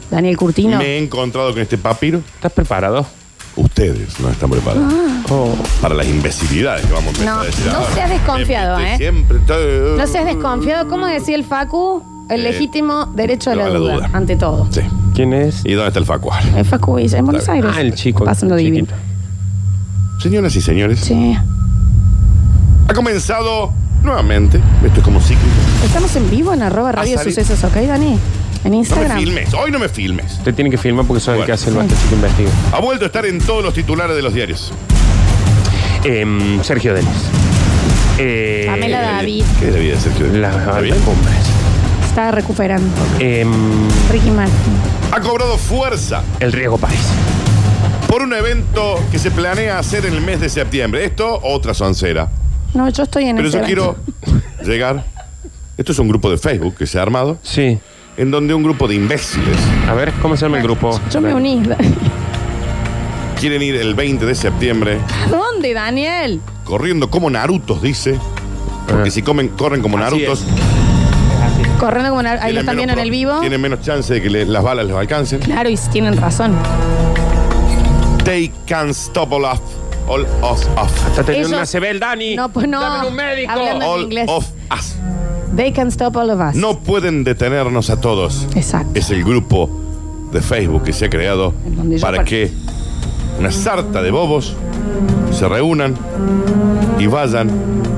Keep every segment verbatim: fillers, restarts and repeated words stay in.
Daniel Curtino. Me he encontrado con este papiro. ¿Estás preparado? Ustedes no están preparados Ah. Oh. para las imbecilidades que vamos a empezar No, a decir no ahora. seas desconfiado, Siempre, ¿eh? Siempre, todo- No seas desconfiado. ¿Cómo decía el Facu? El Eh, legítimo derecho a la, no, a la duda, duda. ante todo. Sí. ¿Quién es? ¿Y dónde está el facual? El Facu Villa, en Buenos Está Aires. Ah, el chico. Pasando el divino. chiquito. Señoras y señores, Sí. ha comenzado nuevamente. Esto es como cíclico. Estamos en vivo en arroba radio salir- sucesos, ¿ok, Dani? En No me Instagram. filmes, hoy no me filmes. Usted tiene que filmar porque soy el Bueno. que hace el Basta Chico Investiga. Ha vuelto a estar en todos los titulares de los diarios. Em, Sergio Denis. Eh, Pamela David. ¿Qué es la vida de Sergio? Las ¿Está bien? cumbres. Está recuperando. Em, Ricky Martin. Ha cobrado fuerza el riesgo París. por un evento que se planea hacer en el mes de septiembre. Esto, otra soncera. No, yo estoy en Pero ese yo quiero evento. llegar. Esto es un grupo de Facebook que se ha armado, Sí. en donde un grupo de imbéciles A ver, ¿cómo se llama el grupo? Yo me uní. quieren ir el veinte de septiembre ¿A dónde, Daniel? corriendo como narutos, dice. Porque Ah. si comen, corren como Así narutos, Corriendo como una... Ahí lo tienen están menos viendo en pro- el vivo. tienen menos chance de que le- las balas les alcancen. Claro, y tienen razón. They can't stop all of, all of, of, Está teniendo Ellos- una C B el Dani. No, pues no. Dame un médico. Hablando- en all inglés. of us. They can stop all of us. No pueden detenernos a todos. Exacto. Es el grupo de Facebook que se ha creado En donde yo para par- que una sarta de bobos se reúnan y vayan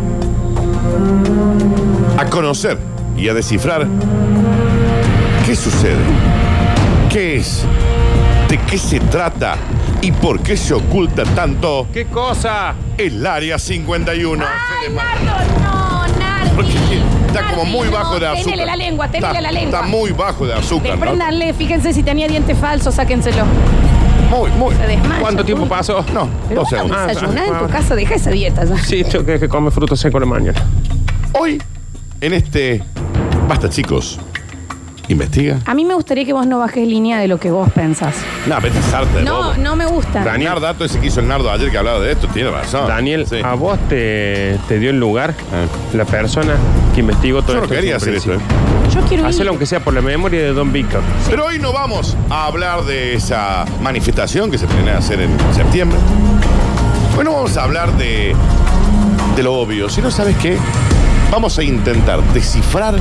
a conocer y a descifrar qué sucede, qué es, de qué se trata y por qué se oculta tanto ¿Qué cosa? el Área cincuenta y uno. ¡Ay, Nardo! No, Nardi. Porque está como Nardi, muy no, bajo de azúcar. Tenele la lengua, tenele Está- la lengua. Está muy bajo de azúcar, ¿no? Despréndanle, fíjense si tenía diente falso, sáquenselo. Muy, muy. Se desmaya. ¿Cuánto tiempo pasó? No, Pero dos vos no segundos. desayunás Ah, en tu ah, casa, deja esa dieta ya. Sí, tengo que, que come frutos secos la mañana. Hoy, en este Basta, chicos, investiga. A mí me gustaría que vos no bajes línea de lo que vos pensás. No, vete a sarta de No, bobo. no me gusta. Dani- El dato ese que hizo el Nardo ayer que hablaba de esto, tiene razón. Daniel, Sí. ¿a vos te, te dio el lugar Ah. la persona que investigó todo Yo no esto? quería desde un hacer esto, principio? ¿eh? Yo quiero ir. Hacelo aunque sea por la memoria de Don Víctor. Pero hoy no vamos a hablar de esa manifestación que se planea hacer en septiembre. Hoy no vamos a hablar de, de lo obvio, sino, ¿sabes qué? Vamos a intentar descifrar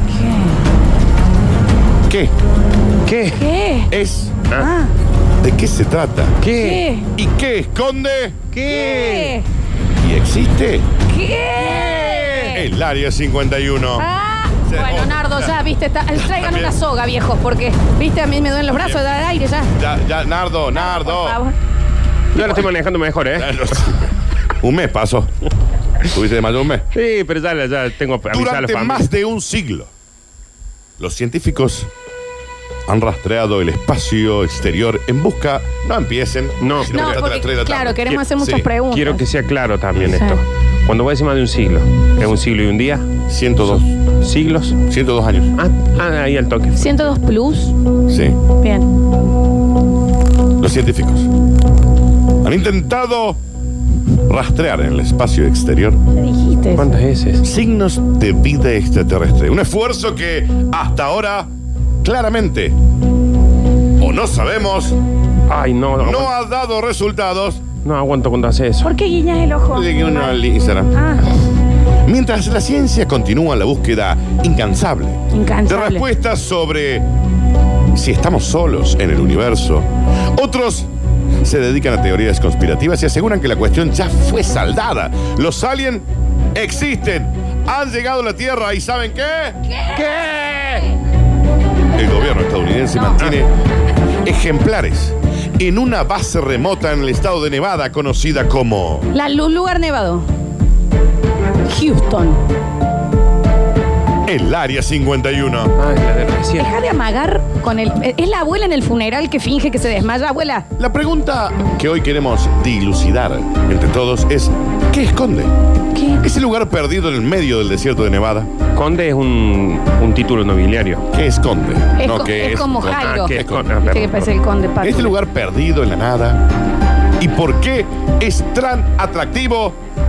qué ¿Qué? ¿Qué? es, Ah, de qué se trata ¿Qué? ¿qué? y qué esconde ¿Qué? y existe ¿Qué? el Área cincuenta y uno. Ah, Sí, bueno, oh, Nardo, ya. ya, viste, está- traigan También. una soga, viejos, porque, viste, a mí me duelen los brazos, da el aire ya. Ya, ya, Nardo, Nardo. Por favor. Yo la estoy manejando mejor, ¿eh? Ya, no sé. Un mes pasó. ¿Tuviste de más de un mes? Sí, pero ya, ya tengo avisada a la Durante familia. más de un siglo, los científicos han rastreado el espacio exterior en busca. No empiecen. No. sino No, que hasta porque, las tres de la claro, tarde. queremos hacer muchas Sí. preguntas. Quiero que sea claro también Sí. esto. Cuando voy a decir más de un siglo, ¿es un siglo y un día? ciento dos. ¿Siglos? ciento dos años. Ah, ah, ahí al toque. ciento dos plus. Sí. Bien. Los científicos han intentado rastrear en el espacio exterior ¿Qué dijiste? ¿Cuántas veces? signos de vida extraterrestre. Un esfuerzo que hasta ahora, claramente, o no sabemos, Ay, no, no, no ha dado resultados. no aguanto cuando hace eso. ¿Por qué guiñas el ojo? Llegué uno al Instagram. Ah, Mientras la ciencia continúa la búsqueda incansable de incansable. respuestas sobre si estamos solos en el universo, otros se dedican a teorías conspirativas y aseguran que la cuestión ya fue saldada. Los aliens existen, han llegado a la Tierra y ¿saben qué? ¿Qué? El gobierno estadounidense No. mantiene ejemplares en una base remota en el estado de Nevada conocida como... La, un lugar nevado. Houston. el Área cincuenta y uno. Ay, la de recién. Deja de amagar con el... Es la abuela en el funeral que finge que se desmaya. Abuela, La pregunta que hoy queremos dilucidar entre todos es ¿qué esconde? ¿qué? Ese lugar perdido en el medio del desierto de Nevada, Conde es un, un título nobiliario. ¿qué esconde? Es, No, co- ¿qué es como Jairo. Ah, ¿qué ¿Qué esconde? esconde? Ah, Viste perdón, que parece perdón. el conde Paco. Este lugar perdido en la nada. ¿Y por qué es tan atractivo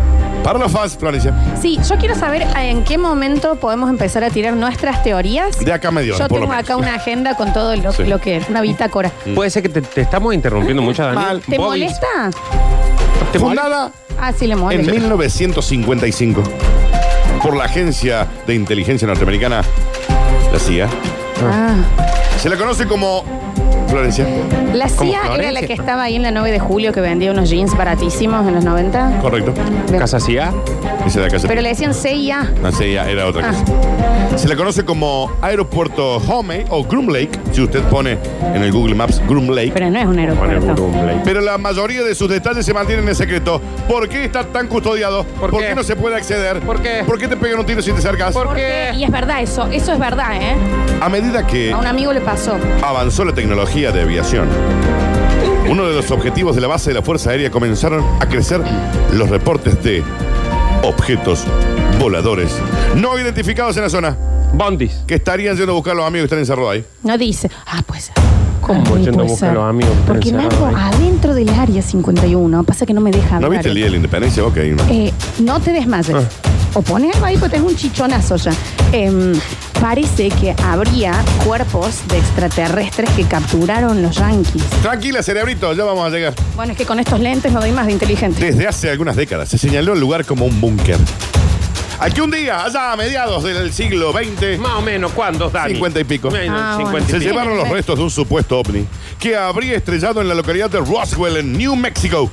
Para los fans, Florencia. Sí, yo quiero saber en qué momento podemos empezar a tirar nuestras teorías. De acá a medio Yo por lo tengo menos. acá una agenda con todo lo, Sí. lo que una bitácora. Puede ser que te, te estamos interrumpiendo mucho, Dani. Mal. ¿Te Vos- molesta? ¿Te molesta? Fundada Ah, sí, le en molesta. mil novecientos cincuenta y cinco por la agencia de inteligencia norteamericana, la C I A. Ah. Se la conoce como Florencia. La ¿Como C I A era Florencia? la que estaba ahí en la nueve de julio que vendía unos jeans baratísimos en los noventa. Correcto. Casa C I A. Esa es la casa. Pero le decían C I A. La C I A era otra Ah. cosa. Se la conoce como Aeropuerto Homey o Groom Lake, si usted pone en el Google Maps Groom Lake. Pero no es un Pone aeropuerto. un play. Pero la mayoría de sus detalles se mantienen en secreto. ¿Por qué está tan custodiado? ¿Por ¿Por qué? qué no se puede acceder? ¿Por qué? ¿Por qué te pegan un tiro si te acercas? ¿Por ¿Por qué? qué? Y es verdad eso. Eso es verdad, ¿eh? A medida que A un amigo le pasó. avanzó la tecnología de aviación, uno de los objetivos de la base de la Fuerza Aérea comenzaron a crecer los reportes de objetos voladores no identificados en la zona Bondis. que estarían yendo a buscar a los amigos que están encerrados ahí. No dice. Ah, pues. ¿Cómo Ay, yendo a puede buscar ser. a los amigos que están Porque encerrados Marco, ahí? adentro del área cincuenta y uno, pasa que no me deja ¿No hablar. viste el día de la independencia? Ok, no. Eh, no te desmayes. Ah. O pones algo ahí porque tenés un chichonazo ya. Em, parece que habría cuerpos de extraterrestres que capturaron los yanquis. Tranquila, cerebrito, ya vamos a llegar. Bueno, es que con estos lentes no doy más de inteligente. Desde hace algunas décadas se señaló el lugar como un búnker. Al que un día, allá a mediados del siglo veinte, Más o menos, ¿cuándo, Dani? Cincuenta y pico. Menos, Ah, bueno. cincuenta y se pico. llevaron los restos de un supuesto ovni que habría estrellado en la localidad de Roswell, en New Mexico.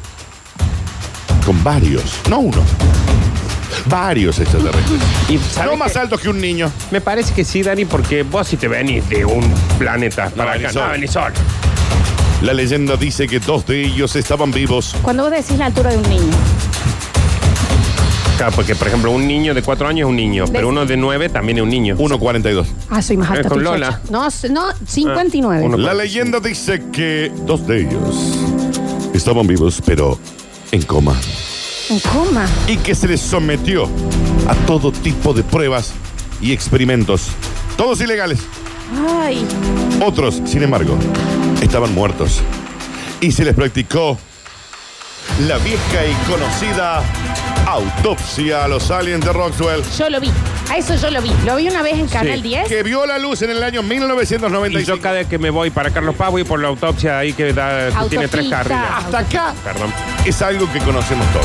Con varios, no uno, varios extraterrestres. Y ¿sabes No más qué? altos que un niño. Me parece que sí, Dani, porque vos si te venís de un planeta para venís acá, solo. no venís solo. La leyenda dice que dos de ellos estaban vivos. Cuando vos decís la altura de un niño. Claro, porque, por ejemplo, un niño de cuatro años es un niño, De- pero uno de nueve también es un niño. uno cuarenta y dos. Ah, soy más Eh, alta. con estoy Lola. chocha. No, s- no, cincuenta y nueve. Ah, uno- La leyenda dice que dos de ellos estaban vivos, pero en coma. En coma. Y que se les sometió a todo tipo de pruebas y experimentos, todos ilegales. Ay. Otros, sin embargo, estaban muertos. Y se les practicó la vieja y conocida autopsia a los aliens de Roswell, Yo lo vi. A eso yo lo vi. Lo vi una vez en Canal Sí. diez. que vio la luz en el año mil novecientos noventa y Y yo cinco. cada vez que me voy para Carlos Paz voy por la autopsia ahí que, da, que tiene tres Autopista. carriles. Hasta acá Perdón. es algo que conocemos todos.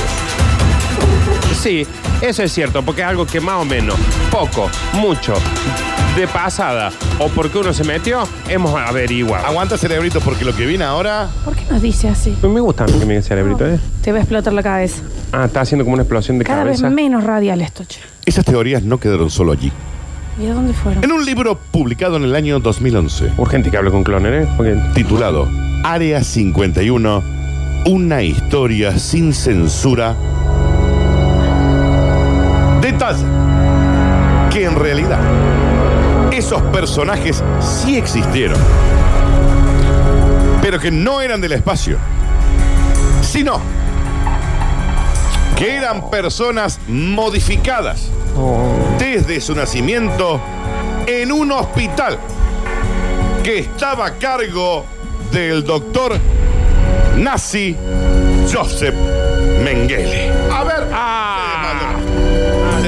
Sí, eso es cierto, porque es algo que más o menos, poco, mucho, de pasada, o porque uno se metió, hemos averiguado. Aguanta, cerebrito, porque lo que viene ahora... ¿Por qué nos dice así? Me gusta a mí que me diga cerebrito, ¿eh? Te va a explotar la cabeza. Ah, está haciendo como una explosión de Cada cabeza. vez menos radial esto, che. Esas teorías no quedaron solo allí. ¿Y de dónde fueron? En un libro publicado en el año dos mil once, Urgente que hable con Cloner, ¿eh? Porque... titulado Área cincuenta y uno, una historia sin censura, detalla que en realidad esos personajes sí existieron, pero que no eran del espacio, sino que eran personas modificadas desde su nacimiento en un hospital que estaba a cargo del doctor nazi Joseph Mengele. A ver. ¡Ah! Sí.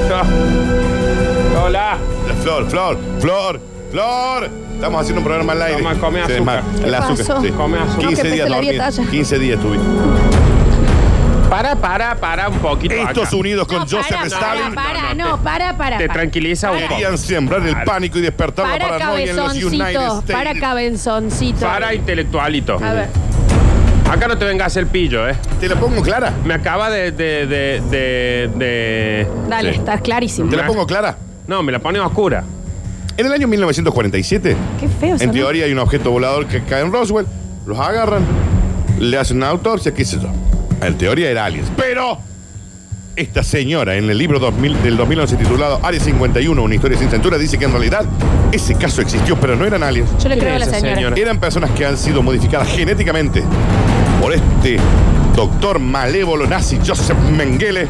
No. Hola. Flor, Flor, Flor, Flor. Estamos haciendo un programa al aire. Toma, come Sí, azúcar. ma- ¿Qué el azúcar, pasó? sí. Come azúcar. No, que quince empecé días la dormido. dieta ya. quince días estuve. Para, para, para un poquito. Estos acá. unidos con No, Joseph para, Stalin Para, para, No, no, no, te- para, para. Te para. tranquiliza un Para. poco. querían sembrar el pánico y despertar la Para paranoia en los United cabezoncito. States. Para cabezoncito. Para intelectualito. A ver. Acá no te vengas el pillo, ¿eh? ¿Te la pongo clara? Me acaba de... de, de, de, de- Dale, Sí. estás clarísimo. ¿Te la pongo clara? No, me la pone oscura. En el año mil novecientos cuarenta y siete, Qué feo eso, en ¿no? teoría hay un objeto volador que cae en Roswell, los agarran, le hacen una autopsia, qué sé yo. En teoría era aliens. Pero esta señora en el libro dos mil del dos mil once titulado Área cincuenta y uno, una historia sin censura, dice que en realidad ese caso existió, pero no eran aliens. Yo le ¿Quién creo a es la esa señora. señora? Eran personas que han sido modificadas genéticamente por este doctor malévolo nazi Joseph Mengele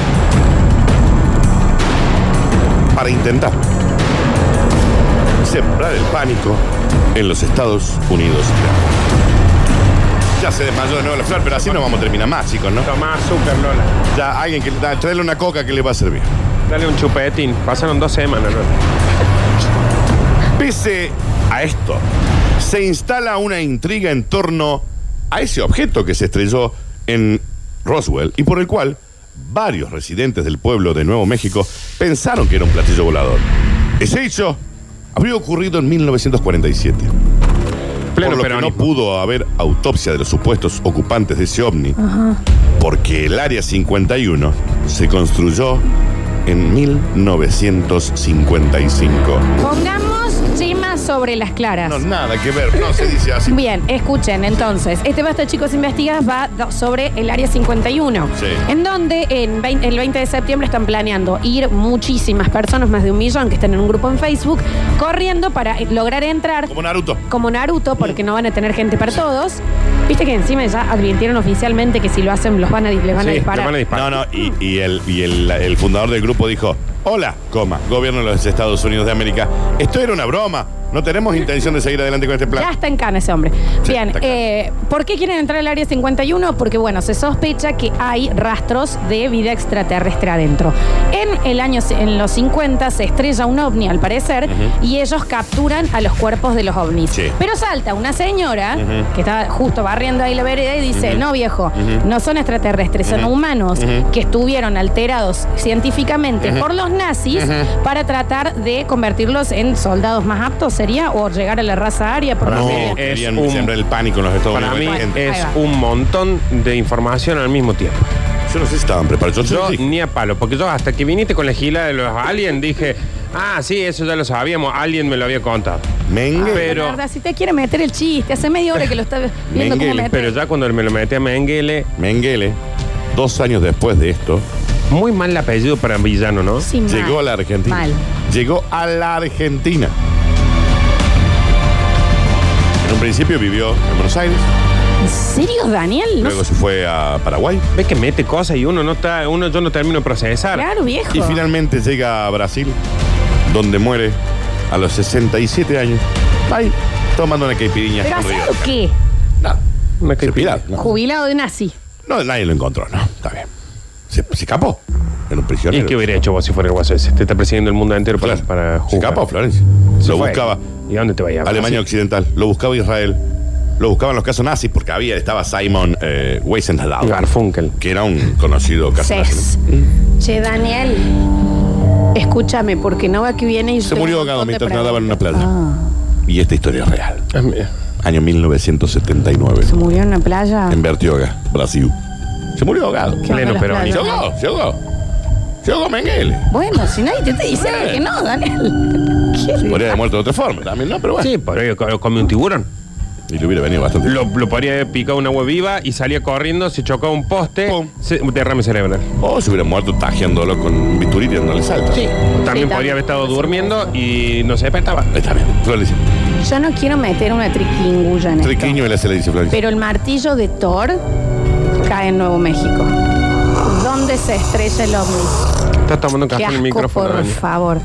para intentar sembrar el pánico en los Estados Unidos. Ya se desmayó de nuevo la flor, pero así no vamos a terminar más, chicos, ¿no? Tomá azúcar, Lola. Ya, alguien que da, tráele una coca que le va a servir. Dale un chupetín. Pasaron dos semanas, Lola. Pese a esto, se instala una intriga en torno a ese objeto que se estrelló en Roswell y por el cual varios residentes del pueblo de Nuevo México pensaron que era un platillo volador. Ese hecho habría ocurrido en mil novecientos cuarenta y siete. Pleno por lo que no peronismo. pudo haber autopsia de los supuestos ocupantes de ese ovni, Ajá. porque el Área cincuenta y uno se construyó en mil novecientos cincuenta y cinco. Pongamos chimas sobre las claras. No, nada que ver, no se dice así. Bien, escuchen, entonces, este Basta Chicos Investigas va do- sobre el Área cincuenta y uno, Sí. en donde en veinte el veinte de septiembre están planeando ir muchísimas personas, más de un millón, que están en un grupo en Facebook, corriendo para eh, lograr entrar Como Naruto. como Naruto, porque no van a tener gente para todos. Viste que encima ya advirtieron oficialmente que si lo hacen los van a, dis- les van a Sí, disparar. le van a disparar. No, no, y, y el, y el, el fundador del grupo dijo, hola, coma, gobierno de los Estados Unidos de América, esto era una broma, no tenemos intención de seguir adelante con este plan. Ya está en cana ese hombre. Sí, Bien, está en cana. eh, ¿por qué quieren entrar al área cincuenta y uno? Porque, bueno, se sospecha que hay rastros de vida extraterrestre adentro. En el año, en los cincuenta se estrella un ovni, al parecer, Ujú. y ellos capturan a los cuerpos de los ovnis. Sí. Pero salta una señora Ujú. que está justo barriendo ahí la vereda y dice, Ujú. no, viejo, Ujú. no son extraterrestres, son Ujú. humanos Ujú. que estuvieron alterados científicamente Ujú. por los nazis Ujú. para tratar de convertirlos en soldados más aptos, ¿sería? O llegar a la raza aria. Por No, lo mí que- es querían un- sembrar el pánico en los Estados Para Unidos. mí con la gente. Ahí es va. un montón de información al mismo tiempo. Yo no sé si estaban preparados. Yo, Yo sí. ni a palo, porque yo hasta que viniste con la gila de los aliens dije, ah, sí, eso ya lo sabíamos, alguien me lo había contado. Mengue. Pero- La verdad, si te quiere meter el chiste, hace media hora que lo está viendo cómo Mengele, meter. Pero ya cuando me lo metí a Mengele, Mengele, dos años después de esto, muy mal el apellido para villano, ¿no? Sí, mal. llegó a la Argentina. Mal. Llegó a la Argentina. En un principio vivió en Buenos Aires, ¿En serio, Daniel? No luego se fue a Paraguay Ves que mete cosas y uno no está, uno yo no termino de procesar. Claro, viejo. y finalmente llega a Brasil, donde muere a los sesenta y siete años. Ahí, tomando una caipirinha. ¿Pero en Río. haciendo qué? Nada. Una Se caipirinha. pira, no. Jubilado de nazi. No, nadie lo encontró, no. Está bien. Se, se escapó. Era un ¿Y prisionero. qué hubiera hecho vos si fuera el guaso ese? Te está persiguiendo el mundo entero para, Claro. para Se jugar. escapó, Florencia. Se Lo fue. buscaba ¿Y a dónde te vayas? Alemania Occidental, lo buscaba Israel, lo buscaban los casos nazis porque había, estaba Simon eh, Wiesenthal, Garfunkel. que era un conocido caso Sex. nazi. Che, Daniel, escúchame, porque no va que viene y... yo Se tengo murió un ahogado montón de mientras nadaba en una preguntas. playa. Y esta historia es real. Ah, mira. Año mil novecientos setenta y nueve, Ah, ¿se murió en una playa? en Bertioga, Brasil. Se murió ahogado. ¿Qué onda Pleno las peronismo. Se playas? ahogó, se ahogó. Se ahogó Mengele. Bueno, si nadie te está diciendo Bueno. que no, Daniel. ¿Qué Podría haber raro. muerto de otra forma también, ¿no? Pero bueno. Sí, podría haber comido un tiburón. Y le hubiera venido bastante. Lo, lo podría haber picado una agua viva y salía corriendo, se chocaba un poste, Pum. se, derrame cerebral. O se hubiera muerto tajeándolo con un bisturí y dándole salto. Sí. También Sí, podría haber estado también. durmiendo y no se despertaba. Está bien. Florencia. Yo no quiero meter una triquingulla en esto. Triquiño y la se le dice Florencia. Pero el martillo de Thor cae en Nuevo México. ¿Dónde se estrella el ovni? Estás tomando Qué café en el asco, micrófono. por Dani. favor.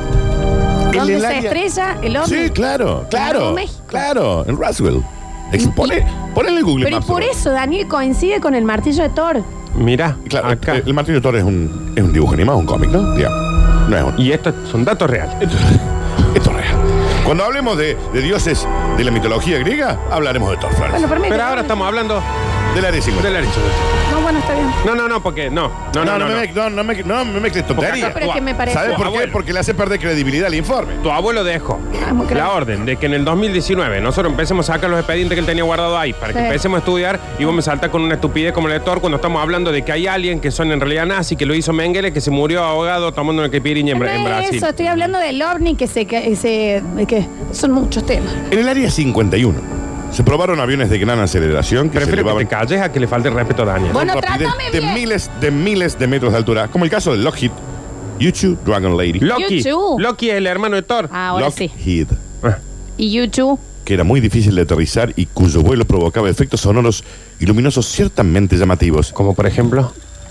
En ¿Dónde el se área- estrella el ovni? Sí, claro, Nuevo claro. México. Claro, en Roswell. Ex- Pone, ponele en Google Pero y Maps. por ¿no? eso, Daniel, coincide con el martillo de Thor. Mira, Claro, acá. el, el Martín de Torres es un, es un dibujo animado, un cómic, ¿no? Digamos. No es un. Y estos son datos reales. Esto, esto es real. Cuando hablemos de, de dioses de la mitología griega, hablaremos de Thor, Flores. Bueno, permíteme. Pero ahora estamos hablando Del área cincuenta. del arizo. No, bueno, está bien. No, no, no, porque no. No, no, no. no, no. me, no, no me, no me mezcles tonterías. acá- Pero es que me parece... ¿Sabes por qué? abuelo. Porque le hace perder credibilidad al informe. Tu abuelo dejó Ah, muy claro. la orden de que en el dos mil diecinueve nosotros empecemos a sacar los expedientes que él tenía guardado ahí para que Sí. empecemos a estudiar y vos me saltas con una estupidez como la de Thor cuando estamos hablando de que hay alguien que son en realidad nazi, que lo hizo Mengele, que se murió ahogado tomando una caipirinha en, No Bra- en es Brasil. eso, estoy hablando del ovni que se... Que, se que son muchos temas. En el área cincuenta y uno se probaron aviones de gran aceleración que se Prefiero que elevaban te calles a que le falte el respeto a Daniel. Bueno, con rapidez trátame de bien. miles de miles de metros de altura, como el caso del Lockheed U dos Dragon Lady. Loki. YouTube. Loki es el hermano de Thor. Ah, ahora sí. Lockheed, Ah. Y YouTube. que era muy difícil de aterrizar y cuyo vuelo provocaba efectos sonoros y luminosos ciertamente llamativos. Como por ejemplo.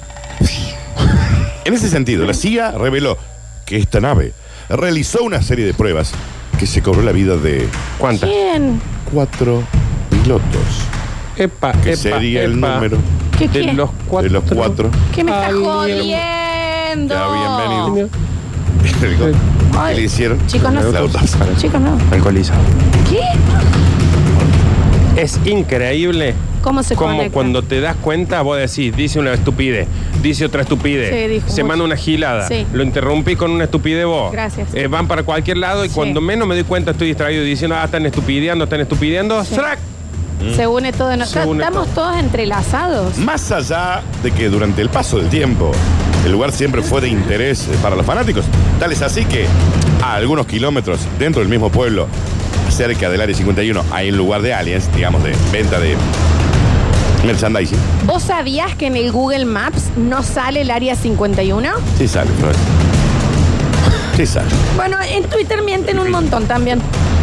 En ese sentido, la C I A reveló que esta nave realizó una serie de pruebas, que que se cobró la vida de ¿Cuántas? ¿Quién? cuatro pilotos. Epa, que epa, sería el epa. número ¿Qué, De qué? los cuatro. de los cuatro. ¿Qué me está Alien. jodiendo? Ya, bienvenido. ¿Qué Ay, le hicieron? chicos, no. La eutanasia. Chicos, no. Alcoholizado. ¿Qué? Es increíble ¿Cómo se como conecta? cuando te das cuenta, vos decís, dice una estupidez, dice otra estupidez, Sí, dijo se mucho. manda una gilada, Sí. lo interrumpí con una estupidez vos. Gracias. Eh, van para cualquier lado y Sí. cuando menos me doy cuenta estoy distraído diciendo, ah, están estupideando, están estupideando. Sí. ¡Srac! Se une todo. No, Se une estamos todo. todos entrelazados. Más allá de que durante el paso del tiempo el lugar siempre fue de interés para los fanáticos, tal es así que a algunos kilómetros dentro del mismo pueblo, cerca del área cincuenta y uno, hay un lugar de aliens, digamos, de venta de merchandising. ¿Vos sabías que en el Google Maps no sale el área cincuenta y uno? Sí sale, Flor. Sí sale. Bueno, en Twitter mienten un montón también.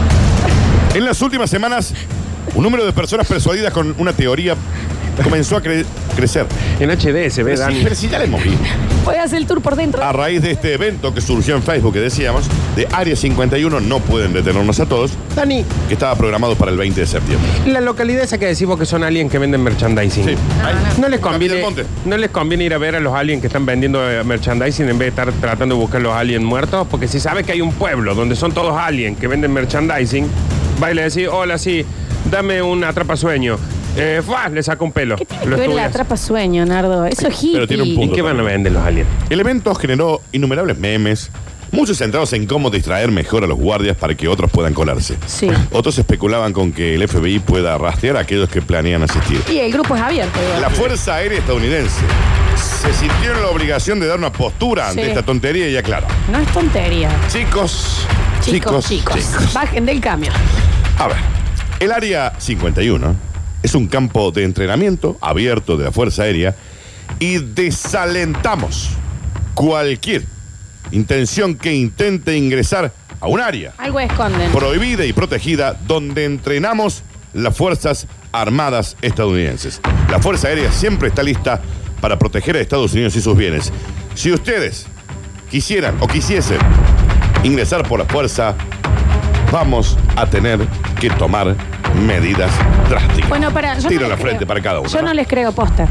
En las últimas semanas, un número de personas persuadidas con una teoría comenzó a cre- crecer. En H D se ve, Pero si, Dani. pero si ya la hemos visto. Voy a hacer el tour por dentro. A raíz de este evento que surgió en Facebook, que decíamos, de Área cincuenta y uno, no pueden detenernos a todos, Dani, que estaba programado para el veinte de septiembre. la localidad esa que decimos que son aliens que venden merchandising. Sí. Ahí. No les Capilla conviene, del Monte. no les conviene ir a ver a los aliens que están vendiendo eh, merchandising en vez de estar tratando de buscar los aliens muertos, porque si sabes que hay un pueblo donde son todos aliens que venden merchandising, va y le decís, hola, sí, dame un atrapasueño. Eh, ¡fua! Le saca un pelo. ¿Qué tiene Lo que ver la estudias. atrapa sueño, Nardo? Eso es hippie. Pero tiene un ¿Y punto. qué van a vender los aliens? El evento generó innumerables memes, muchos centrados en cómo distraer mejor a los guardias para que otros puedan colarse. Sí. Otros especulaban con que el F B I pueda rastrear a aquellos que planean asistir. Y el grupo es abierto. igual. La Fuerza Aérea Estadounidense se sintió en la obligación de dar una postura ante Sí. esta tontería y aclaró. No es tontería. Chicos, Chicos, chicos, chicos. chicos. Bajen del camión. A ver, el Área cincuenta y uno es un campo de entrenamiento abierto de la Fuerza Aérea y desalentamos cualquier intención que intente ingresar a un área Algo esconden. prohibida y protegida donde entrenamos las Fuerzas Armadas estadounidenses. La Fuerza Aérea siempre está lista para proteger a Estados Unidos y sus bienes. Si ustedes quisieran o quisiesen ingresar por la fuerza, vamos a tener que tomar medidas drásticas. Bueno, para. Yo Tiro no a la les frente creo. para cada uno. Yo no les creo posta.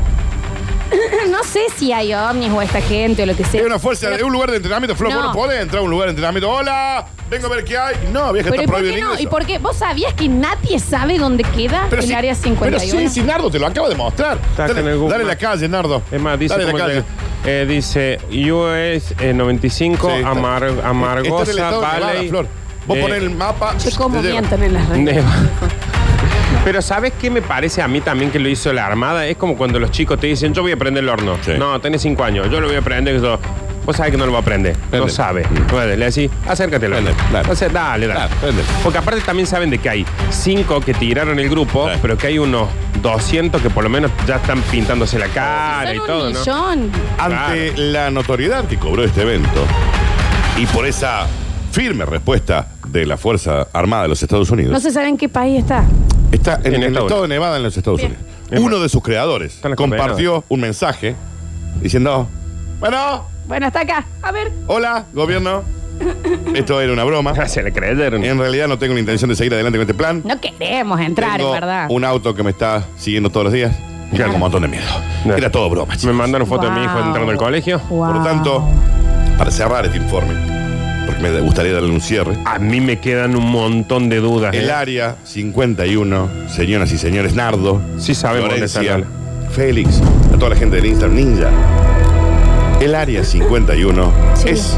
No sé si hay ovnis o esta gente o lo que sea. Es una fuerza, Pero- es un lugar de entrenamiento, Flor. No. Vos no podés entrar a un lugar de entrenamiento. Hola, vengo a ver qué hay. No, vieja, Pero está ¿y por prohibido qué el no? ingreso. ¿Y por qué? ¿Vos sabías que nadie sabe dónde queda Pero el si- área cincuenta y uno? Pero sí, sí, Nardo, te lo acabo de mostrar. Está acá Dale, en el Google dale la Maps. calle, Nardo. Es más, dice Dale la cómo calle. llega. Eh, dice U S eh, noventa y cinco, Sí, está- Amar- Está en el Amargosa estado de Nevada, Valley. Flor. Vos eh, ponés el mapa. Che, cómo te lleva. mienten en las redes. Neva. Pero ¿sabes qué me parece a mí también que lo hizo la Armada? Es como cuando los chicos te dicen, yo voy a prender el horno. Sí. No, tenés cinco años, yo lo voy a prender. Eso. Vos sabés que no lo va a prender. No Prende. sabe. Mm. Puede, le decís, acércatelo. Prende, dale. Entonces, dale, dale. Dale, prende. Porque aparte también saben de que hay cinco que tiraron el grupo, Sí. pero que hay unos doscientos que por lo menos ya están pintándose la cara y Son todo, un ¿no? millón. Ante la notoriedad que cobró este evento y por esa firme respuesta de la Fuerza Armada de los Estados Unidos, No se sabe en qué país está. está en, En en el Estados estado de Nevada, en los Estados Bien. Unidos. Bien. Uno de sus creadores Están las compartió un mensaje diciendo, bueno, Bueno, está acá. A ver. hola, gobierno, esto era una broma. Se le creyeron. En realidad no tengo la intención de seguir adelante con este plan. No queremos entrar, Tengo en verdad. un auto que me está siguiendo todos los días. Y tengo un montón de miedo. No. Era todo broma, chicos. Me mandaron foto de mi hijo Wow. entrando al colegio. Por lo Wow. tanto, para cerrar este informe, porque me gustaría darle un cierre, A mí me quedan un montón de dudas. el ¿eh? área cincuenta y uno, señoras y señores, Nardo, Sí sabemos dónde Florencia, está. Félix, a toda la gente del Instagram Ninja, el área cincuenta y uno Sí. es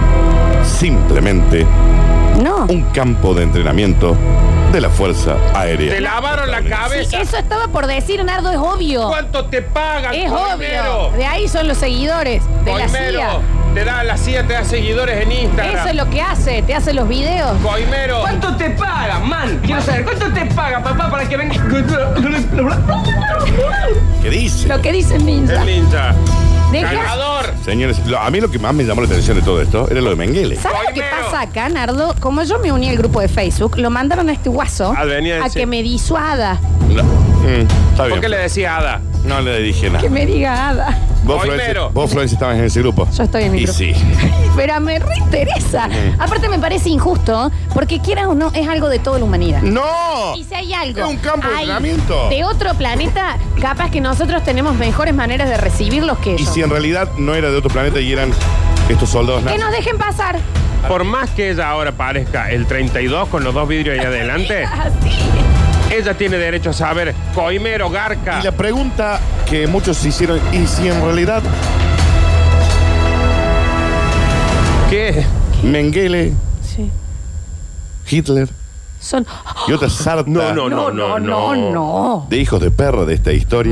simplemente No. un campo de entrenamiento de la Fuerza Aérea. Te lavaron la Sí, cabeza. eso estaba por decir, Nardo, es obvio. ¿Cuánto te pagan, Es Coimero? obvio. De ahí son los seguidores de la C I Coimero, A. te da la C I A, te da seguidores en Instagram. Eso es lo que hace, te hace los videos. Coimero. ¿Cuánto te pagan, man? Quiero saber, ¿cuánto te paga, papá, para que venga? ¿Qué dice? Lo que dice Ninja. El ninja. Deja- Cargador. Señores, lo- a mí lo que más me llamó la atención de todo esto era lo de Mengele. ¿Sabes lo que Coimero. pasa acá, Nardo? Como yo me uní al grupo de Facebook, lo mandaron a este guaso Ah, venía a a decir. que me disuada. No. Mm, está ¿Por bien. qué le decía Ada? No le dije nada. Que me diga Ada. Vos, Coimero. Florencia, vos, Florencia, estabas en ese grupo. Yo estoy en mi Y grupo. sí. Pero me reinteresa. Aparte me parece injusto, porque quieras o no, es algo de toda la humanidad. ¡No! Y si hay algo Es un campo de hay entrenamiento. de otro planeta, capaz que nosotros tenemos mejores maneras de recibirlos que Y ellos. si en realidad no era de otro planeta y eran estos soldados Que nazis. nos dejen pasar. Por más que ella ahora parezca el treinta y dos con los dos vidrios ahí adelante, Así. ella tiene derecho a saber Coimero, Garca. Y la pregunta que muchos se hicieron, ¿y si en realidad ¿Qué? Mengele, Sí. Hitler Son. y otra sarta No, no, No, no, no, no. de hijos de perra de esta historia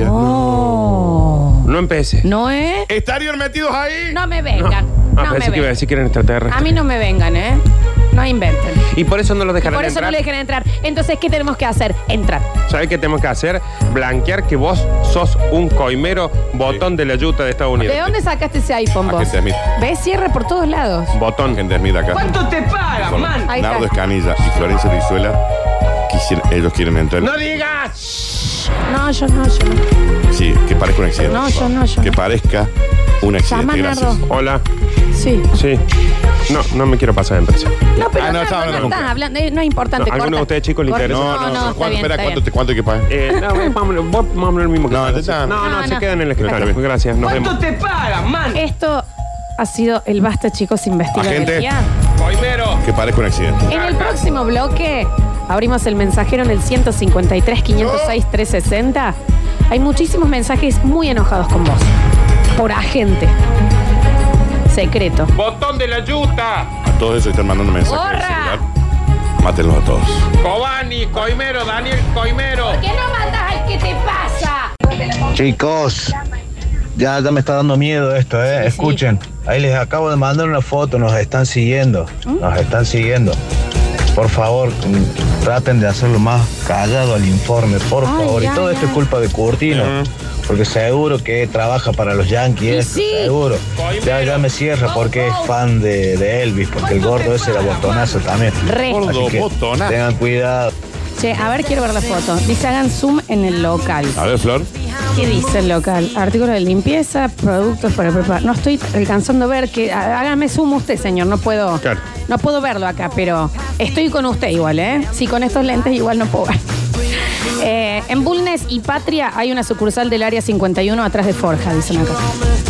No. No empecé. No, ¿eh? estarían metidos ahí? No me vengan. Ah, No me pensé que iba a vengan. decir que eran extraterrestres. A mí no me vengan, ¿eh? No inventen. Y por eso no los dejarán Por eso entrar. no le dejan entrar. Entonces, ¿qué tenemos que hacer? Entrar. ¿Sabes qué tenemos que hacer? Blanquear que vos sos un coimero botón de la yuta de Estados Unidos. ¿De dónde sacaste ese iPhone vos? Agente Smith. ¿Ves? Cierra por todos lados. Botón. Gente, mira acá. ¿Cuánto te pagan, Con man? Ahí Nardo está. Escanilla y Florencia Brizuela, quisieran- ellos quieren entrar. ¡No digas! No, yo no, yo no. Sí, que parezca un accidente. No, yo no, yo Que no. parezca un accidente. Llama, Gracias. Nardo. Hola. Sí. Sí. No, no me quiero pasar de empresa. No, pero Ah, no, no, estaba no, hablando estás nunca. hablando. eh, No es importante. No, ¿alguno corta. de ustedes, chicos, le Corta. interesa? No, no, no. está ¿Cuánto, bien, espera, está ¿cuánto, bien. te, ¿cuánto hay que pagar? Eh, no, vamos, vos vamos a hablar el mismo que No, ustedes. ya- no, no, No, se no. quedan en el escritorio. Está bien. Gracias, nos ¿Cuánto vemos. te pagan, man? Esto ha sido el Basta, chicos, investiga. Agente. Coimero. Que parezca un accidente. En el próximo bloque abrimos el mensajero en el ciento cincuenta y tres, quinientos seis, trescientos sesenta. Hay muchísimos mensajes muy enojados con vos. Por agente. Secreto. Botón de la yuta. A todos esos están mandando mensajes. ¡Borra! al celular. Mátenlos a todos. Cobani, Coimero, Daniel Coimero. ¿Por qué no mandas al que te pasa? Chicos, ya, ya me está dando miedo esto, ¿eh? Sí, sí. Escuchen, ahí les acabo de mandar una foto, nos están siguiendo, nos están siguiendo. Por favor, mm, traten de hacerlo más callado al informe, por Ay, favor. ya, y todo ya. esto es culpa de Curtino, porque seguro que trabaja para los Yankees, Y esto, sí. seguro. Ya, ya me cierra porque es fan de, de Elvis, porque el gordo ese era botonazo también. Re. Gordo Así que botonazo. tengan cuidado. Che, a ver, quiero ver la foto. Dice, hagan zoom en el local. A ver, Flor. ¿Qué dice el local? Artículos de limpieza, productos para preparar. No estoy alcanzando a ver que. há- Hágame zoom usted, señor. No puedo. Claro. No puedo verlo acá, pero estoy con usted igual, ¿eh? Sí, con estos lentes igual no puedo ver. Eh, en Bulnes y Patria hay una sucursal del área cincuenta y uno atrás de Forja, dicen acá.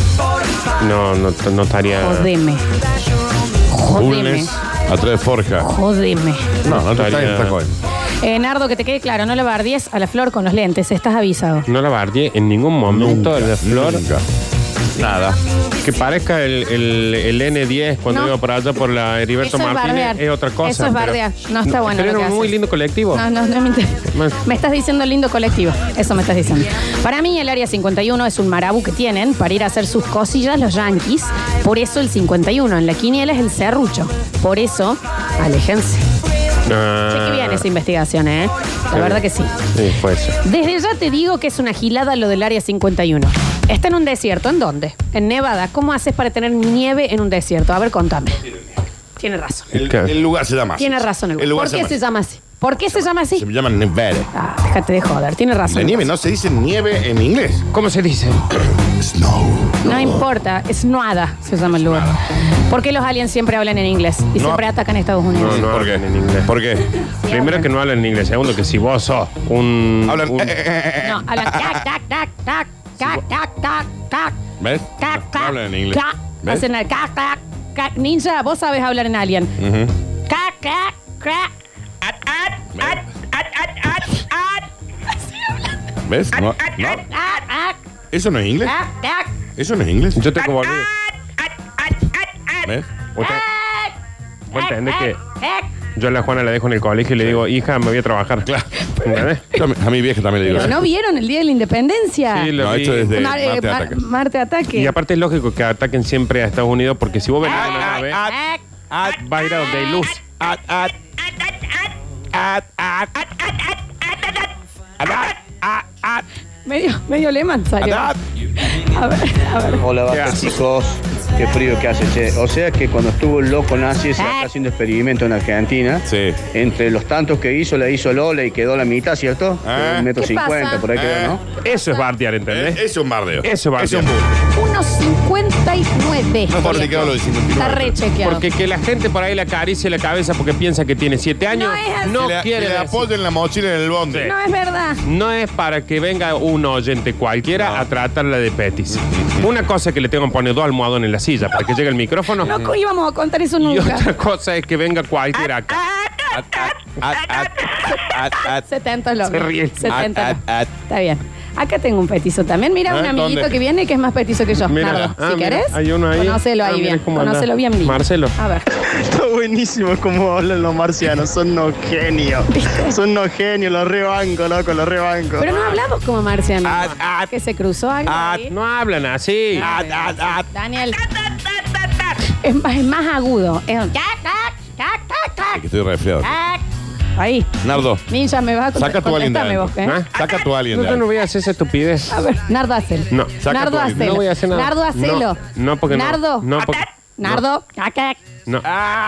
No, no, no estaría. Jodeme. Jodeme. Bulnes, atrás de Forja. Jodeme. No, no está Estaría- bien, está joven. Eh, Nardo, que te quede claro, no le bardies a la flor con los lentes, estás avisado. No la bardié en ningún momento de la flor. Nunca. Nada. Que parezca el, el, el N diez cuando No. iba por allá por la Heriberto Eso es Martínez bardear. es otra cosa. Eso es pero- bardear. No está bueno Pero lo era que un muy haces. lindo colectivo. No, no, no me interesa. Bueno. Me estás diciendo lindo colectivo. Eso me estás diciendo. Para mí, el área cincuenta y uno es un marabú que tienen para ir a hacer sus cosillas los yanquis. Por eso el cincuenta y uno en la quiniela es el serrucho. Por eso, aléjense. Ah, Cheque bien esa investigación, ¿eh? La Sí. verdad que sí. Sí, fue eso. Desde ya te digo que es una gilada lo del área cincuenta y uno. Está en un desierto. ¿En dónde? En Nevada. ¿Cómo haces para tener nieve en un desierto? A ver, contame. Tiene razón. El, Claro. el lugar se llama así. Tiene razón el, El lugar ¿Por qué se se llama así? ¿Por qué se llama así? Se llama Nevada. Ah, déjate de joder. Tiene razón. La nieve no se dice nieve en inglés. ¿Cómo se dice? Snow. No importa, es Nuada, se llama el lugar. ¿Por qué los aliens siempre hablan en inglés y No. siempre atacan a Estados Unidos? No, no ¿Por qué? hablan en inglés. ¿Por qué? Primero que no hablan en inglés. Segundo que si vos sos un... Hablan. un- eh, eh, eh, eh. No, hablan tac, tac, tac, tac, tac, tac, tac, tac, ¿Ves? tac, No, tac, no hablan en inglés. tac. ¿Ves? Hacen el cac, tac, cac. Ninja, vos sabés hablar en alien. Ujú. Cac, cac, cac. ¿Ves? No, no. Tac, tac, ¿Eso no es inglés? tac, tac. ¿Eso no es inglés? Yo tengo volví. ¿Ves? Vos te- vos entendés que Tac. yo a la Juana la dejo en el colegio y le digo, hija, me voy a trabajar. Claro. ¿Entendés? Yo a mi- a mi vieja también le digo. Pero no vieron el Día de la Independencia. Sí, lo No, vi. esto es de Mar- eh, Marte Mar- Ataca. Marte Ataque. Y aparte es lógico que ataquen siempre a Estados Unidos porque si vos venís en una nave, Tac. va a ir a donde hay luz. Medio, medio Lehmann salió. A ver, a ver. Hola, ¿Qué basta haces? chicos. Qué frío que hace, che. O sea que cuando estuvo el loco nazi se está haciendo experimento en Argentina. Sí. Entre los tantos que hizo, le hizo Lola y quedó la mitad, ¿cierto? Ah. Un metro ¿Qué cincuenta, pasa? por ahí quedó, Ah. ¿no? Eso es bardear, ¿entendés? Eh, Eso es un bardeo. Eso es Eso bardeo. es un burro. uno cincuenta y nueve. No por lo de cincuenta y Está nueve. re chequeado. Porque que la gente por ahí le acaricie la cabeza porque piensa que tiene siete años, No es así. no Que le, quiere que le decir. apoyen la mochila en el bonde. Sí. No es verdad. No es para que venga un oyente cualquiera No. a tratarla de petis. Una cosa es que le tengo que poner dos almohadones en la silla para que llegue el micrófono. No íbamos a contar eso Y nunca. otra cosa es que venga cualquiera acá. At, at, at, at, at. setenta es lo Se ríe. setenta. At, at, at. Está bien. Acá tengo un petizo también. Mira, ¿Eh? un amiguito ¿Dónde? que viene que es más petizo que yo. Mira. Nardo, Ah, si mira. querés. Hay uno ahí. Conócelo ahí Ah, mira bien. cómo anda. Conócelo bien, bien. Marcelo. A ver. Está buenísimo cómo hablan los marcianos. Son unos genios. Son unos genios, los rebanco, loco, los rebanco. Pero no hablamos como marciano. At, at. Que se cruzó algo Ah, ahí. no hablan así. Daniel. Es más, es más agudo. Es un... Es que estoy resfriado. Ahí. Nardo, Ninja, me vas a saca tu alien de contestame adentro. vos, ¿eh? ¿Ah? Saca tu alien No, de yo no adentro. voy a hacer esa estupidez. A ver, Nardo, hacelo. No. Saca Nardo, tu alien. hacelo. No voy a hacer nada. Nardo, hacelo. No, no, porque no. Nardo. No, porque- Nardo. Cacac. No. No.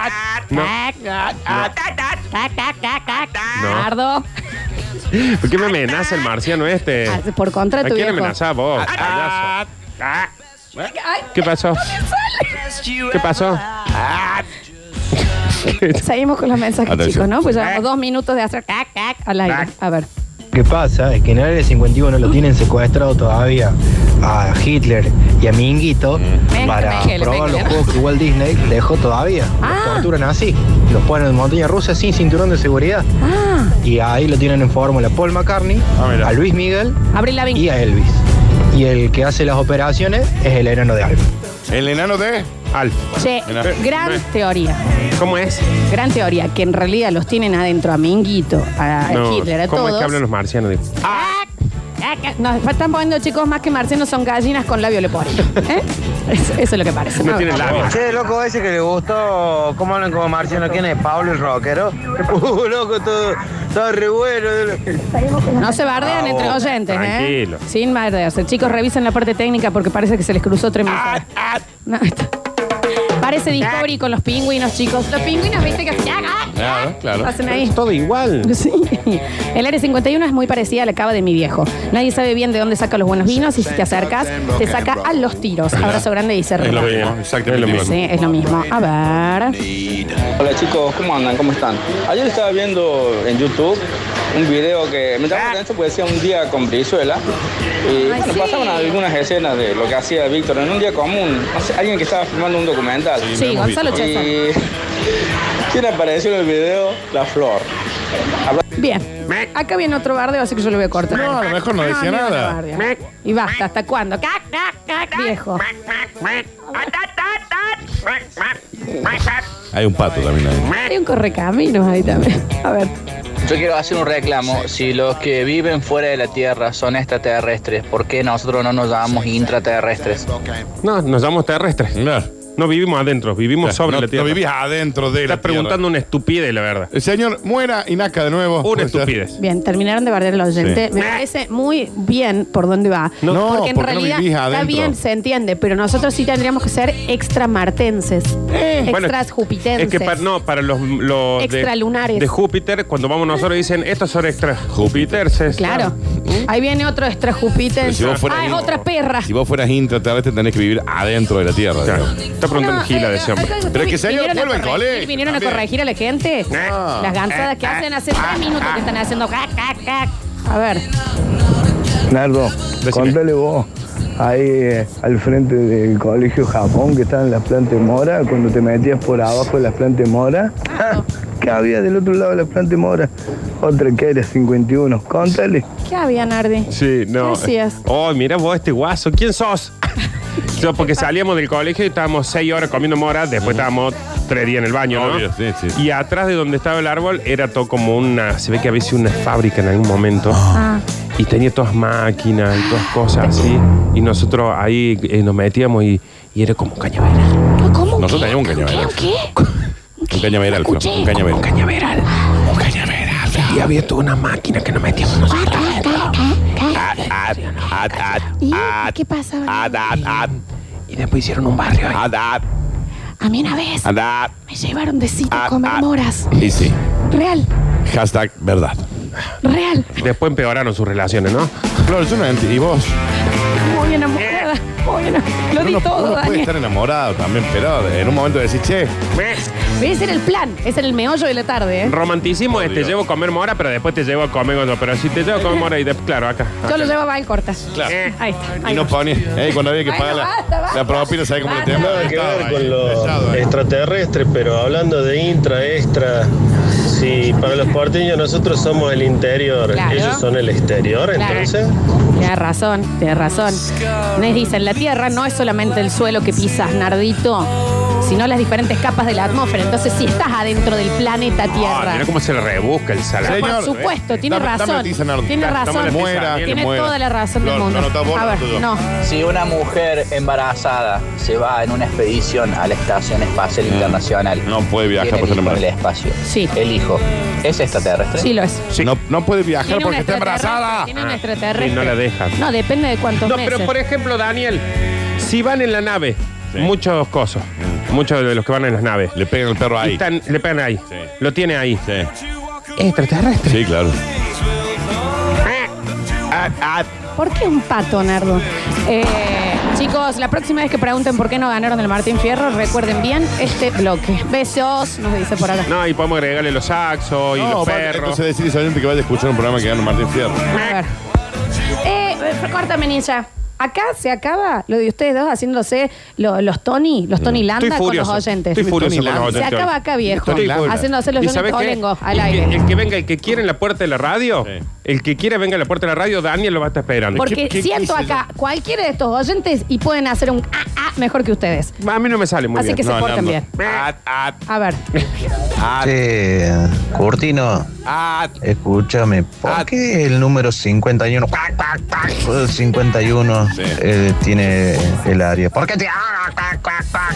No. Nardo. ¿Por qué me amenaza el marciano este? Ah, por contra ¿A tu quién viejo. amenazás vos? payaso? Ah. Ay, ¿Qué pasó? ¿Qué pasó? seguimos con los mensajes, Atención. chicos, ¿no? Pues llevamos dos minutos de hacer cac, cac al aire. A ver. Lo que pasa es que en el área cincuenta y uno lo tienen secuestrado todavía a Hitler y a Minguito Mengele, para Mengele, probar los Mengele. juegos que Walt Disney dejó todavía. Ah. Los torturan así. Los ponen en montaña rusa sin cinturón de seguridad. Ah, Y ahí lo tienen en fórmula Paul McCartney, Ah, mira. a Luis Miguel abre la y vinca. a Elvis. Y el que hace las operaciones es el enano de Alf. El enano de. Alf. Che, Mira. gran Me- teoría. ¿Cómo es? Gran teoría, que en realidad los tienen adentro a Minguito, a No, Hitler, a ¿cómo todos. es que hablan los marcianos? Digo, Nos están poniendo, chicos, más que marcianos son gallinas con labio leporino. ¿Eh? Eso, eso es lo que parece. No tienen labios. Che, loco, ese que le gustó, ¿cómo hablan como marciano? ¿Quién es? ¿Pablo el rockero? Uh, loco, todo, todo re bueno. No se bardean Ah, entre vos, oyentes, tranquilo. ¿eh? Sin bardearse. Chicos, revisen la parte técnica porque parece que se les cruzó tres mensajes. No, está- Parece Discovery con los pingüinos, chicos. Los pingüinos, ¿viste? Que hacen... Claro, claro. Hacen ahí. Es todo igual. Sí. El área cincuenta y uno es muy parecida a la cava de mi viejo. Nadie sabe bien de dónde saca los buenos vinos y si te acercas, te saca a los tiros. Abrazo grande, dice Es lo Renato. mismo, exactamente Es lo igual. Sí, es lo mismo. A ver. Hola chicos, ¿cómo andan? ¿Cómo están? Ayer estaba viendo en YouTube un video que me llamó la atención porque decía un día con Brizuela y Ay, bueno, sí. pasaban algunas escenas de lo que hacía Víctor en un día común, no sé, alguien que estaba filmando un documental. Sí, Sí, lo hemos Gonzalo visto. Chesa. Y ¿quién apareció en el video? La Flor. Habla- Bien. Acá viene otro bardeo, así que yo lo voy a cortar. No, a lo mejor no decía mira, nada. no bardeo. Y basta, ¿hasta cuándo? ¡Cac, cac, cac, viejo! Hay un pato también ahí. Hay un correcaminos ahí también. A ver. Yo quiero hacer un reclamo. Si los que viven fuera de la Tierra son extraterrestres, ¿por qué nosotros no nos llamamos intraterrestres? No, nos llamamos terrestres. Claro. No vivimos adentro, vivimos sobre no, la tierra. No vivís adentro de la Estás preguntando tierra. una estupidez, la verdad. El señor muera y nazca de nuevo. Una Puede ser. estupidez. Bien, terminaron de bardear al oyente. Sí. Me parece muy bien por dónde va. No, porque en porque no realidad vivís está adentro. bien, se entiende, pero nosotros sí tendríamos que ser extramartenses, Bueno, extras jupitenses. Es que para, no, para los, los de- Extralunares. de Júpiter, cuando vamos nosotros dicen, estos son extra Júpiterses. Claro. Ahí viene otro extra Pero jupitense. si vos fueras Ah, es in- otra perra. Si vos fueras intraterrestre tenés que vivir adentro de la tierra. Claro. digamos. Está preguntando No, Gila eh, de ese hombre. acá- Pero es que, señor, vinieron a vuelve al corregir- colegio, Vinieron a también. corregir a la gente. Ah. Las gansadas que hacen hace tres minutos que están haciendo cac, cac, cac. A ver. Nardo, Decime. contale vos, ahí eh, al frente del colegio Japón, que estaban las plantas de mora, cuando te metías por abajo de las plantas de mora, Ah. ¿qué había del otro lado de las plantas de mora? Otra que era cincuenta y uno, contale. ¿Qué había, Nardi? Sí, no. Gracias. Oh, mira vos este guaso. ¿Quién sos? Yo, porque salíamos del colegio y estábamos seis horas comiendo mora, después estábamos tres días en el baño, ¿no? Obvio, sí, sí. Y atrás de donde estaba el árbol era todo como una. Se ve que había sido una fábrica en algún momento. Ah. Y tenía todas máquinas y todas cosas así. Y nosotros ahí eh, nos metíamos y, y era como cañaveral. ¿Cómo? Nosotros ¿Qué? teníamos un cañaveral. ¿Qué? Un cañaveral, Flor, Escuché. un cañaveral. Un cañaveral. Un cañaveral. Y había toda una máquina que nos metíamos nosotros. At, at, at, at, ¿Y at, qué pasa? at, at, at. Y después hicieron un barrio ahí. Adad. A mí una vez Adad. me llevaron de sitio a Ah, comer ah. moras. Y sí. Real, Hashtag verdad. real. Después empeoraron sus relaciones, ¿no? Flor, yo no ent- ¿y vos? Muy enamorada. Muy enamorada. Lo di Uno, todo, uno puede Daniel. estar enamorado también, pero en un momento decís, che, Ese era el plan. Ese era el meollo de la tarde, ¿eh? Romanticismo es te Dios. llevo a comer mora, pero después te llevo a comer otro. Pero si te llevo a comer mora y después, claro, acá. Yo lo acá. llevaba en corta. claro. Eh. Ahí está. Ahí Y no va. ponía, eh, cuando había que Bueno, pagar la, basta, basta. la propina, ¿sabes cómo le Basta. temblaba? Nada que Estaba ver ahí, con lo pesado, eh. extraterrestre, pero hablando de intra, extra, si para los porteños nosotros somos el interior, Claro. ellos son el exterior, Claro. entonces... Tienes razón, tienes razón. Nos dicen, la Tierra no es solamente el suelo que pisas, Nardito, sino las diferentes capas de la atmósfera. Entonces, si estás adentro del planeta Ah, Tierra. mira cómo se le rebusca el salado. Señor, Por supuesto, tiene dame- dame razón. la tiza, Nardo. Tiene Dame razón. la tiza, Muera, Daniel. que Tiene muera. toda la razón del Flor, mundo. no, no, está vos, A ver, no, yo. no. Si una mujer embarazada se va en una expedición a la Estación Espacial Internacional, No puede viajar tiene por el ser hijo en el embarazada. espacio. Sí. El hijo es extraterrestre. Sí lo es. No, no puede viajar Tiene un porque está extraterrestre, embarazada. Tiene un extraterrestre. Sí, no la dejan. No, depende de cuántos No, meses. pero por ejemplo, Daniel, si van en la nave, Sí. muchos cosas, muchos de los que van en las naves, Le pegan el perro y ahí. están- le pegan ahí, Sí. lo tiene ahí. Sí. Es extraterrestre. Sí, claro. ¿Por qué un pato, Nardo? Eh, chicos, la próxima vez que pregunten por qué no ganaron el Martín Fierro, recuerden bien este bloque. Besos, nos dice por acá. No, y podemos agregarle los saxos y No, los va- perros. entonces decirle a esa gente que vaya a escuchar un programa que gana Martín Fierro. A ver. Eh, eh, córtame, ninja. Acá se acaba lo de ustedes dos haciéndose lo- los Tony, los Tony Landa Estoy con furioso. los oyentes. Estoy furioso con los Landa. Se oyentes. acaba acá, viejo. Estoy furioso. Haciéndose los ¿Y Johnny sabes qué? Tolengo al El aire. que, el que venga, el que quiera en la puerta de la radio, Sí. el que quiera venga en la puerta de la radio, Daniel lo va a estar esperando. Porque ¿Qué- qué- siento qué hice acá cualquiera de estos oyentes y pueden hacer un ah, ah mejor que ustedes. A mí no me sale muy Así bien. que se No, portan no, bien. Ad, ad, A ver. ad, Che, Curtino, ad. escúchame, ¿por Ah. qué el número cincuenta y uno, cuac, cuac, cuac, el cincuenta y uno Sí. eh, tiene el área? ¿Por qué te... ah, cuac, cuac, cuac?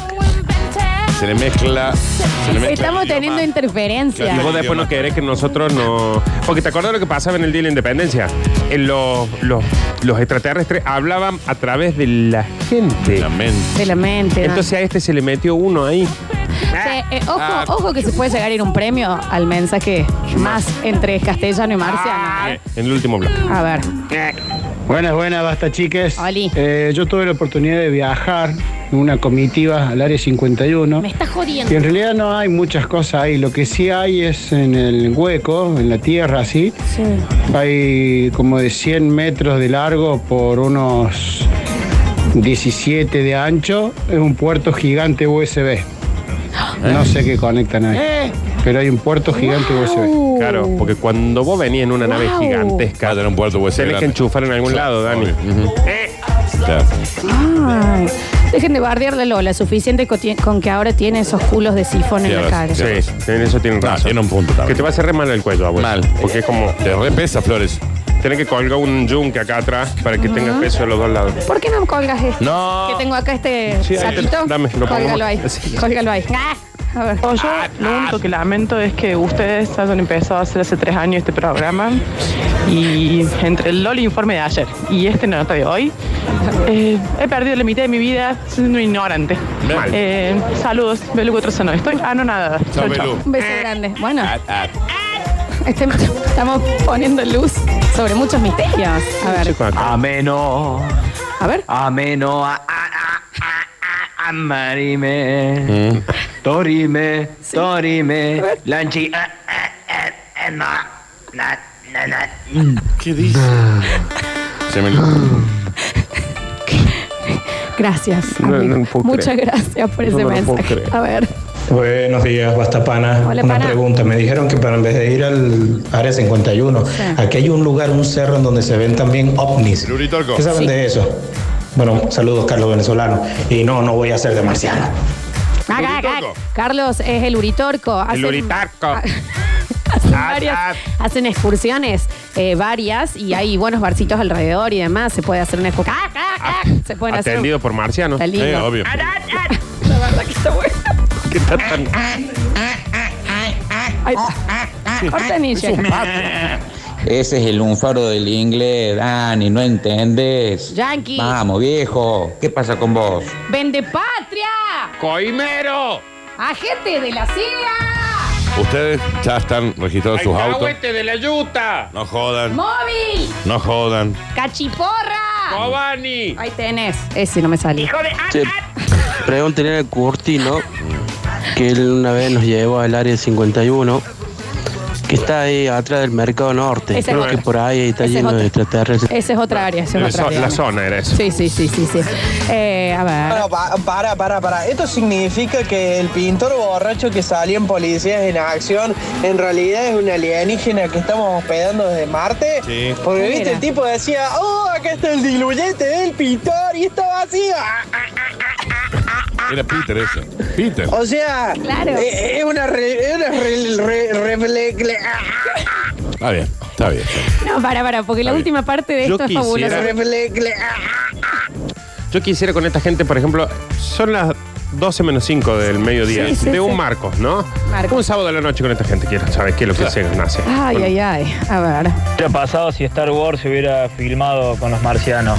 Se le mezcla. Se le mezcla Estamos el teniendo idioma. interferencia. Y vos después no querés que nosotros no... Porque te acordás lo que pasaba en el Día de la Independencia. En los, los, los extraterrestres hablaban a través de la gente. La mente. De la mente. ¿no? Entonces a este se le metió uno ahí. Sí, eh, ojo, Ah. ojo que se puede llegar a ir un premio al mensaje más entre castellano y marciano. ¿eh? En el último bloque. A ver. Buenas, buenas, basta chiques. Oli. Eh, yo tuve la oportunidad de viajar en una comitiva al área cincuenta y uno. Me estás Y jodiendo. en realidad no hay muchas cosas ahí. Lo que sí hay es en el hueco, en la tierra, así. Sí. Hay como de cien metros de largo por unos diecisiete de ancho. Es un puerto gigante U S B. No sé qué conectan ahí. Pero hay un puerto gigante U S B. Uh. Claro, porque cuando vos venís en una nave Wow. gigantesca, Va a tener un puerto U S B tenés que grande. enchufar en algún lado, Dani. Obvio. Ujú. Claro. Ay, dejen de bardearle Lola, suficiente co- tie- con que ahora tiene esos culos de sifón en la Tienes cara. razón. Sí, en eso tienen No, razón. tiene un punto Que también. te va a hacer re mal el cuello, abuelo. Mal. Porque es como... Te repesa, Flores. Tenés que colgar un yunque acá atrás para que tengas peso de los dos lados. ¿Por qué no me colgas esto? No. Que tengo acá este Sí, ahí te- sapito. dame, lo pongo. Cólgalo ahí. Sí. Cólgalo ahí. Ah, a ver. Yo lo único que lamento es que ustedes hayan empezado a hacer hace tres años este programa y entre el LOL informe de ayer y este nota de hoy, eh, he perdido la mitad de mi vida siendo un ignorante. Mal. Eh, saludos, Belu cuatro nueve. Estoy anonadada. Chao, Chau, chau. Belú. Un beso grande. Bueno, Ad, ad. este- estamos poniendo luz sobre muchos misterios. A ver. Chico, acá. Ameno, A ver. ameno, a, a, a, a, a, amarime, torime, torime, lanchi, a, a, a, a, na, na, na, na. ¿Qué dice? Se me Gracias. No, amigo. no puedo Muchas creer. gracias por ese No, no lo puedo mensaje. creer. A ver. Buenos días, Basta Pana. Hola, Una Pana. pregunta. Me dijeron que para en vez de ir al área cincuenta y uno, Sí. aquí hay un lugar, un cerro en donde se ven también ovnis. El Uritorco. ¿Qué saben Sí. de eso? Bueno, saludos, Carlos Venezolano. Y no, no voy a ser de marciano. Acá, acá. Uritorco. Carlos es el Uritorco. Hacen- Uritarco. hacen, varias- hacen excursiones eh, varias y hay buenos barcitos alrededor y demás. Se puede hacer una excursión. ¡Ah, ah, ah! Se pueden hacer. Atendido por marcianos. Está lindo. Sí, obvio. La verdad que está bueno. ¿Qué está tan- Ahí está. Corta ninja. Ese es el lunfaro del inglés, Dani, ¿no entendés? Yankee. Vamos, viejo. ¿Qué pasa con vos? ¡Vende patria! ¡Coimero! ¡Agente de la C I A! Ustedes ya están registrados sus autos. ¡Alcahuete de la yuta! No jodan. ¡Móvil! No jodan. ¡Cachiporra! ¡Cobani! Ahí tenés. Ese no me salió. ¡Hijo de... Che, pregúntenle al Curtino que él una vez nos llevó al área cincuenta y uno, que está ahí atrás del Mercado Norte. Ese Creo es que otro. por ahí está Ese es lleno otro. de extraterrestres. Esa es otra área. Esa es La, otra zo- área. la zona era eso. Sí, sí, sí, sí, sí. Eh, a ver. Bueno, pa- para, para, para. Esto significa que el pintor borracho que salió en Policías en Acción en realidad es un alienígena que estamos hospedando desde Marte. Sí. Porque, viste, Mira. el tipo decía, oh, acá está el diluyente del pintor y está vacío. Era Peter ese. Peter. O sea, Claro. eh, es una... Re, es una re- re- re- re- Está bien, está bien. No, para, para, porque la bien. última parte de Yo esto es quisiera- fabulosa. re- re- Yo quisiera con esta gente, por ejemplo, son las doce menos cinco del mediodía, Sí, sí, de un sí. Marcos, ¿no? Marcos. Un sábado de la noche con esta gente, quiero saber qué es lo que se nace. Ay, ay, ay. A ver. ¿Qué hubiera pasado si Star Wars se hubiera filmado con los marcianos?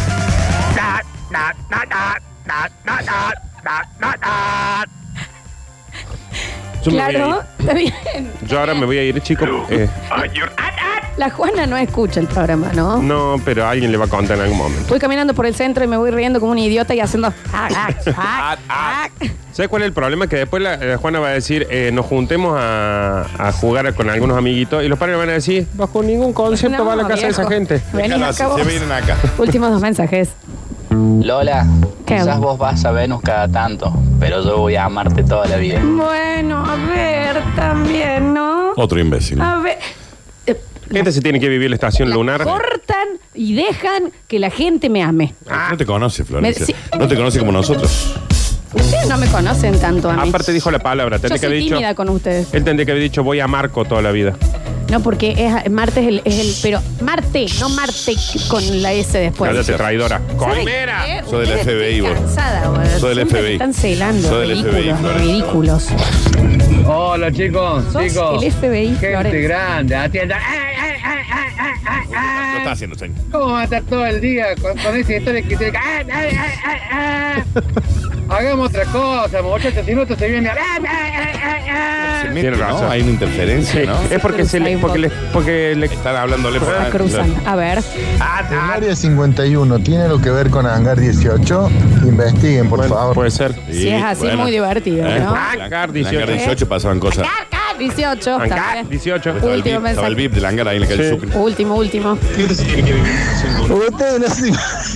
Yo me voy a Claro, está bien. ir. Yo ahora me voy a ir, chicos. Eh, La Juana no escucha el programa, ¿no? no, pero alguien le va a contar en algún momento. Voy caminando por el centro y me voy riendo como un idiota y haciendo. ah, ah, ah, ah. ¿Sabes cuál es el problema? Que después la, la Juana va a decir, eh, nos juntemos a, a jugar con algunos amiguitos y los padres van a decir, bajo ningún concepto No, va a la casa de esa viejo. gente. Vení Acá acá no, vos. se vienen acá. Últimos dos mensajes. Lola, ¿Qué quizás hago? vos vas a Venus cada tanto, pero yo voy a amarte toda la vida. Bueno, a ver, también, ¿no? Otro imbécil. A ver. Gente se tiene que vivir la estación lunar. Cortan y dejan que la gente me ame. No te conoce, Florencia. Me- sí. No te conoce como nosotros. Ustedes no me conocen tanto a mí. Aparte dijo la palabra, Yo tendría que soy haber dicho. tímida con ustedes. Él tendría que haber dicho, voy a Marco toda la vida. No, porque es, Marte es el, es el. Pero Marte, no Marte con la S después. Cállate, traidora. ¿Saben ¡Coimera! qué? Soy del Ustedes F B I, estoy vos. cansada, boludo. Soy del Siempre F B I. me están celando. Soy del F B I, ridículos, Florencia. ridículos. Hola chicos, Sos chicos. el F B I, Gente Florencia. grande, atienda. ¡Ay, ay, ay, ay, ay, ay, ay! Lo está haciendo, señor. ¿Cómo va a estar todo el día con, con esa historia que tiene que... ¡Ay, ay, ay, ay, ay! Hagamos otra cosa, muchachos, si no esto se viene... ¡Ay, ay, ay, ay, ay! Se mete, Tiene ¿no? razón. Hay una interferencia, Sí, ¿no? es porque se le, porque le, porque le Están hablándole por La cruzan. A ver. El área cincuenta y uno tiene algo que ver con Hangar dieciocho. Investiguen, por favor. Puede ser. Si es así, muy divertido, ¿Eh? ¿no? Hangar En Hangar dieciocho. dieciocho pasaban cosas. Acá, dieciocho. Hangar también. dieciocho. Estaba el Último VIP, estaba el mensaje. VIP del hangar ahí en la calle Sí. Sucre. Último, último. Ustedes no se,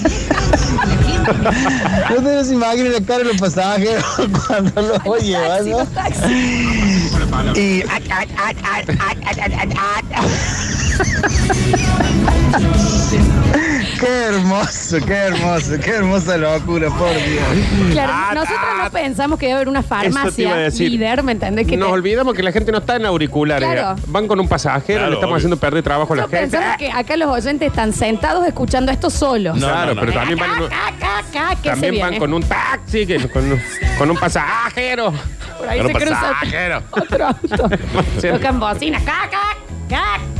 ustedes no se imaginan la cara de los pasajeros cuando los voy llevando. Y. Qué hermoso, qué hermoso, qué hermosa locura, por Dios. Claro, nosotros no pensamos que debe haber una Eso te iba a farmacia decir. líder, ¿me entendés? Que Nos te- olvidamos que la gente no está en auriculares. Claro. Van con un pasajero, Claro, le estamos obvio. haciendo perder trabajo a la No gente. pensamos que acá los oyentes están sentados escuchando esto solos. No, claro, no, no. pero también van, Acá, acá, ¿qué se también van viene? con un taxi, que- con, un- con un pasajero. Por ahí Con se un cruza pasajero. otro auto. Tocan bocinas. Acá, acá, acá.